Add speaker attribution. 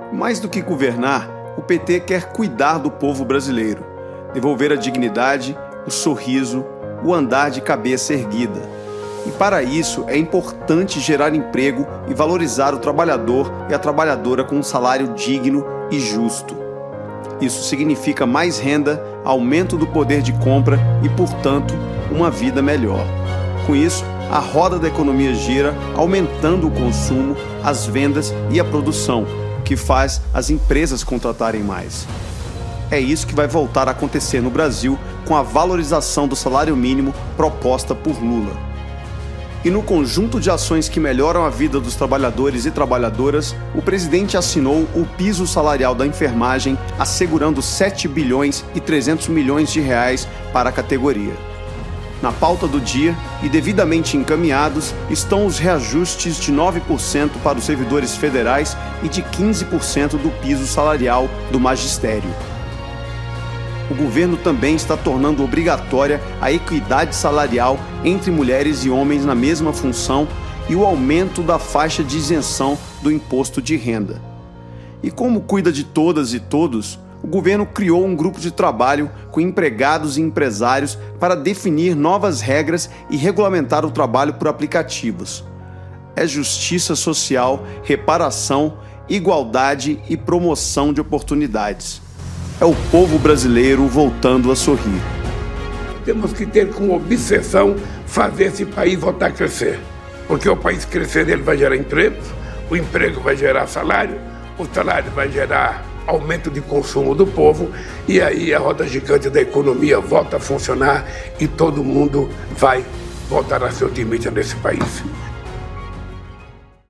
Speaker 1: Mais do que governar, o PT quer cuidar do povo brasileiro, devolver a dignidade, o sorriso, o andar de cabeça erguida. E para isso é importante gerar emprego e valorizar o trabalhador e a trabalhadora com um salário digno e justo. Isso significa mais renda, aumento do poder de compra e, portanto, uma vida melhor. Com isso, a roda da economia gira, aumentando o consumo, as vendas e a produção, o que faz as empresas contratarem mais. É isso que vai voltar a acontecer no Brasil com a valorização do salário mínimo proposta por Lula. E no conjunto de ações que melhoram a vida dos trabalhadores e trabalhadoras, o presidente assinou o piso salarial da enfermagem, assegurando 7 bilhões e 300 milhões de reais para a categoria. Na pauta do dia, e devidamente encaminhados, estão os reajustes de 9% para os servidores federais e de 15% do piso salarial do magistério. O governo também está tornando obrigatória a equidade salarial entre mulheres e homens na mesma função e o aumento da faixa de isenção do imposto de renda. E como cuida de todas e todos, o governo criou um grupo de trabalho com empregados e empresários para definir novas regras e regulamentar o trabalho por aplicativos. É justiça social, reparação, igualdade e promoção de oportunidades. É o povo brasileiro voltando a sorrir.
Speaker 2: Temos que ter como obsessão fazer esse país voltar a crescer. Porque o país crescendo, ele vai gerar empregos, o emprego vai gerar salário, o salário vai gerar aumento de consumo do povo e aí a roda gigante da economia volta a funcionar e todo mundo vai voltar a ser otimista nesse país.